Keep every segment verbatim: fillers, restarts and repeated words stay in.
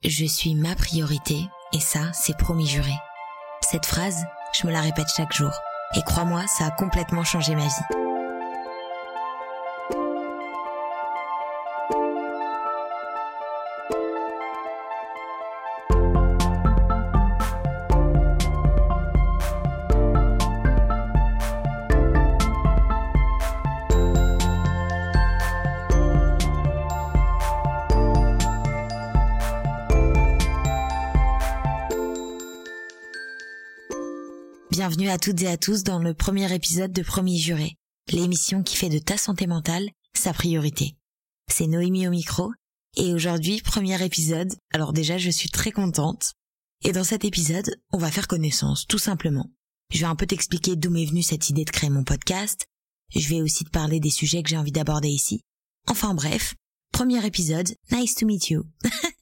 Je suis ma priorité et ça, c'est promis juré. Cette phrase, je me la répète chaque jour. Et crois-moi, ça a complètement changé ma vie. Bienvenue à toutes et à tous dans le premier épisode de Promis Juré, l'émission qui fait de ta santé mentale sa priorité. C'est Noémie au micro, et aujourd'hui, premier épisode, alors déjà je suis très contente, et dans cet épisode, on va faire connaissance, tout simplement. Je vais un peu t'expliquer d'où m'est venue cette idée de créer mon podcast, je vais aussi te parler des sujets que j'ai envie d'aborder ici. Enfin bref, premier épisode, nice to meet you.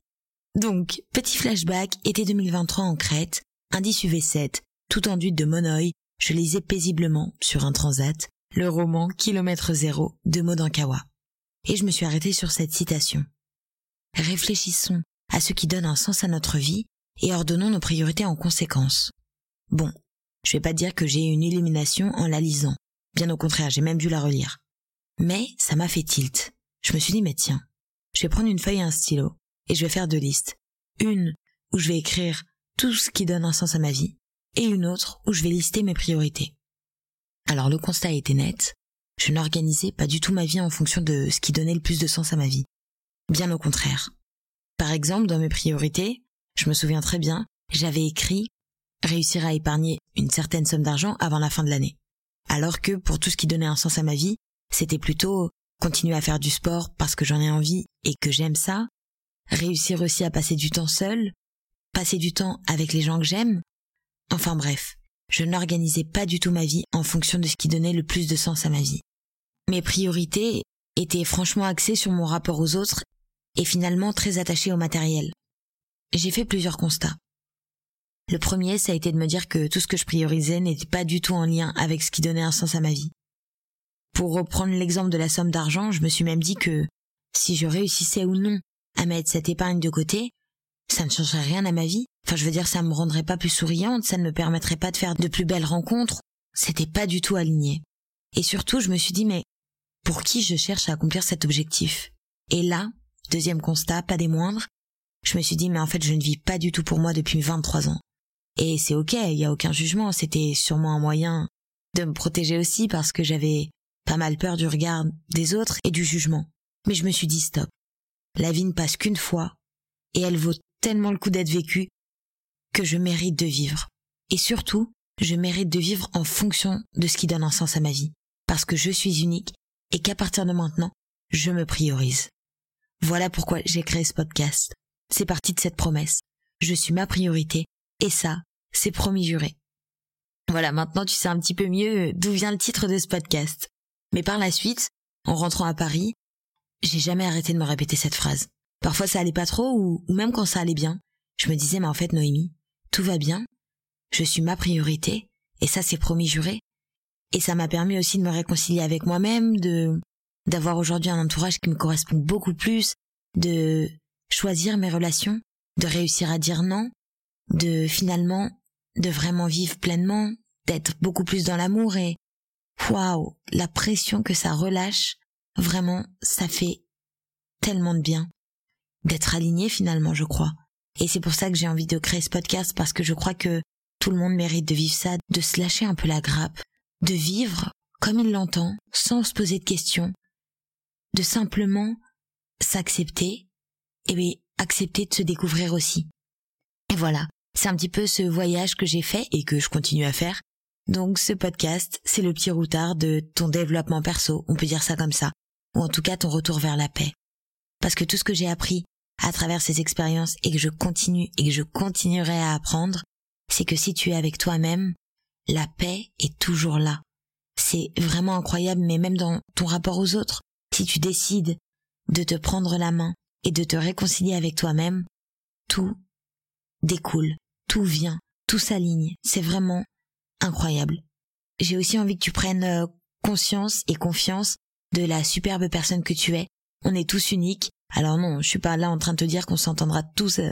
Donc, petit flashback, été deux mille vingt-trois en Crète, indice U V sept, tout enduite de monoï, je lisais paisiblement, sur un transat, le roman Kilomètre Zéro de Maud Ankawa. Et je me suis arrêtée sur cette citation. Réfléchissons à ce qui donne un sens à notre vie et ordonnons nos priorités en conséquence. Bon, je vais pas dire que j'ai eu une illumination en la lisant. Bien au contraire, j'ai même dû la relire. Mais ça m'a fait tilt. Je me suis dit, mais tiens, je vais prendre une feuille et un stylo et je vais faire deux listes. Une où je vais écrire tout ce qui donne un sens à ma vie, et une autre où je vais lister mes priorités. Alors le constat était net, je n'organisais pas du tout ma vie en fonction de ce qui donnait le plus de sens à ma vie. Bien au contraire. Par exemple, dans mes priorités, je me souviens très bien, j'avais écrit réussir à épargner une certaine somme d'argent avant la fin de l'année. Alors que pour tout ce qui donnait un sens à ma vie, c'était plutôt continuer à faire du sport parce que j'en ai envie et que j'aime ça, réussir aussi à passer du temps seul, passer du temps avec les gens que j'aime. Enfin bref, je n'organisais pas du tout ma vie en fonction de ce qui donnait le plus de sens à ma vie. Mes priorités étaient franchement axées sur mon rapport aux autres et finalement très attachées au matériel. J'ai fait plusieurs constats. Le premier, ça a été de me dire que tout ce que je priorisais n'était pas du tout en lien avec ce qui donnait un sens à ma vie. Pour reprendre l'exemple de la somme d'argent, je me suis même dit que si je réussissais ou non à mettre cette épargne de côté, ça ne changerait rien à ma vie. Enfin, je veux dire, ça me rendrait pas plus souriante, ça ne me permettrait pas de faire de plus belles rencontres. C'était pas du tout aligné. Et surtout, je me suis dit, mais pour qui je cherche à accomplir cet objectif? Et là, deuxième constat, pas des moindres, je me suis dit, mais en fait, je ne vis pas du tout pour moi depuis vingt-trois ans. Et c'est ok, il y a aucun jugement, c'était sûrement un moyen de me protéger aussi parce que j'avais pas mal peur du regard des autres et du jugement. Mais je me suis dit, stop. La vie ne passe qu'une fois et elle vaut tellement le coup d'être vécue que je mérite de vivre. Et surtout, je mérite de vivre en fonction de ce qui donne un sens à ma vie. Parce que je suis unique et qu'à partir de maintenant, je me priorise. Voilà pourquoi j'ai créé ce podcast. C'est parti de cette promesse. Je suis ma priorité et ça, c'est promis juré. Voilà, maintenant tu sais un petit peu mieux d'où vient le titre de ce podcast. Mais par la suite, en rentrant à Paris, j'ai jamais arrêté de me répéter cette phrase. Parfois ça allait pas trop ou, ou même quand ça allait bien, je me disais mais en fait Noémie, tout va bien, je suis ma priorité et ça c'est promis juré. Et ça m'a permis aussi de me réconcilier avec moi-même, de d'avoir aujourd'hui un entourage qui me correspond beaucoup plus, de choisir mes relations, de réussir à dire non, de finalement de vraiment vivre pleinement, d'être beaucoup plus dans l'amour et waouh, la pression que ça relâche, vraiment ça fait tellement de bien. D'être aligné finalement, je crois. Et c'est pour ça que j'ai envie de créer ce podcast parce que je crois que tout le monde mérite de vivre ça, de se lâcher un peu la grappe, de vivre comme il l'entend, sans se poser de questions, de simplement s'accepter et bien, accepter de se découvrir aussi. Et voilà, c'est un petit peu ce voyage que j'ai fait et que je continue à faire. Donc ce podcast, c'est le petit routard de ton développement perso, on peut dire ça comme ça, ou en tout cas ton retour vers la paix. Parce que tout ce que j'ai appris à travers ces expériences et que je continue et que je continuerai à apprendre, c'est que si tu es avec toi-même, la paix est toujours là. C'est vraiment incroyable, mais même dans ton rapport aux autres, si tu décides de te prendre la main et de te réconcilier avec toi-même, tout découle, tout vient, tout s'aligne. C'est vraiment incroyable. J'ai aussi envie que tu prennes conscience et confiance de la superbe personne que tu es. On est tous uniques. Alors non, je suis pas là en train de te dire qu'on s'entendra tous euh,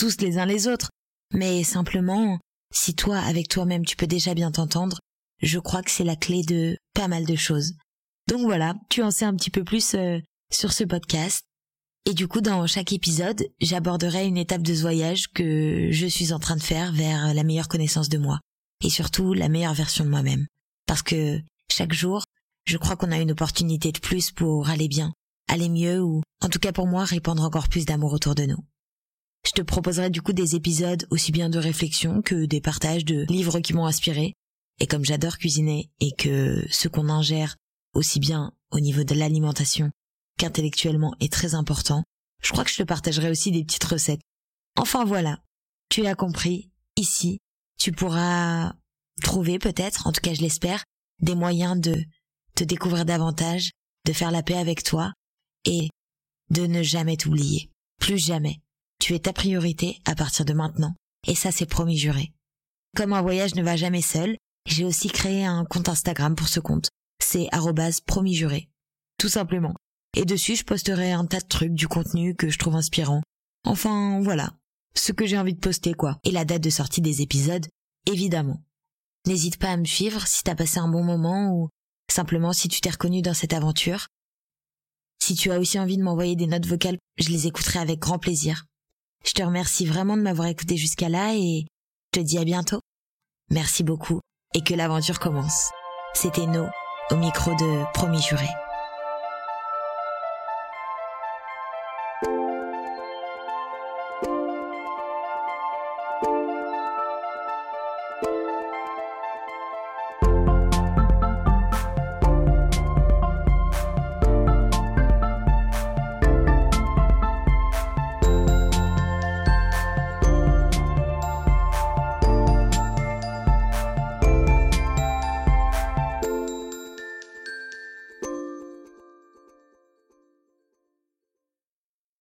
tous les uns les autres. Mais simplement, si toi, avec toi-même, tu peux déjà bien t'entendre, je crois que c'est la clé de pas mal de choses. Donc voilà, tu en sais un petit peu plus euh, sur ce podcast. Et du coup, dans chaque épisode, j'aborderai une étape de ce voyage que je suis en train de faire vers la meilleure connaissance de moi. Et surtout, la meilleure version de moi-même. Parce que chaque jour, je crois qu'on a une opportunité de plus pour aller bien, aller mieux ou, en tout cas pour moi, répandre encore plus d'amour autour de nous. Je te proposerai du coup des épisodes aussi bien de réflexion que des partages de livres qui m'ont inspiré. Et comme j'adore cuisiner et que ce qu'on ingère aussi bien au niveau de l'alimentation qu'intellectuellement est très important, je crois que je te partagerai aussi des petites recettes. Enfin voilà, tu as compris, ici, tu pourras trouver peut-être, en tout cas je l'espère, des moyens de te découvrir davantage, de faire la paix avec toi et de ne jamais t'oublier. Plus jamais. Tu es ta priorité à partir de maintenant. Et ça, c'est promis juré. Comme un voyage ne va jamais seul, j'ai aussi créé un compte Instagram pour ce compte. C'est arobase promis juré. Tout simplement. Et dessus, je posterai un tas de trucs, du contenu que je trouve inspirant. Enfin, voilà. Ce que j'ai envie de poster, quoi. Et la date de sortie des épisodes, évidemment. N'hésite pas à me suivre si t'as passé un bon moment ou simplement si tu t'es reconnu dans cette aventure. Si tu as aussi envie de m'envoyer des notes vocales, je les écouterai avec grand plaisir. Je te remercie vraiment de m'avoir écouté jusqu'à là et je te dis à bientôt. Merci beaucoup et que l'aventure commence. C'était No, au micro de Promis Juré.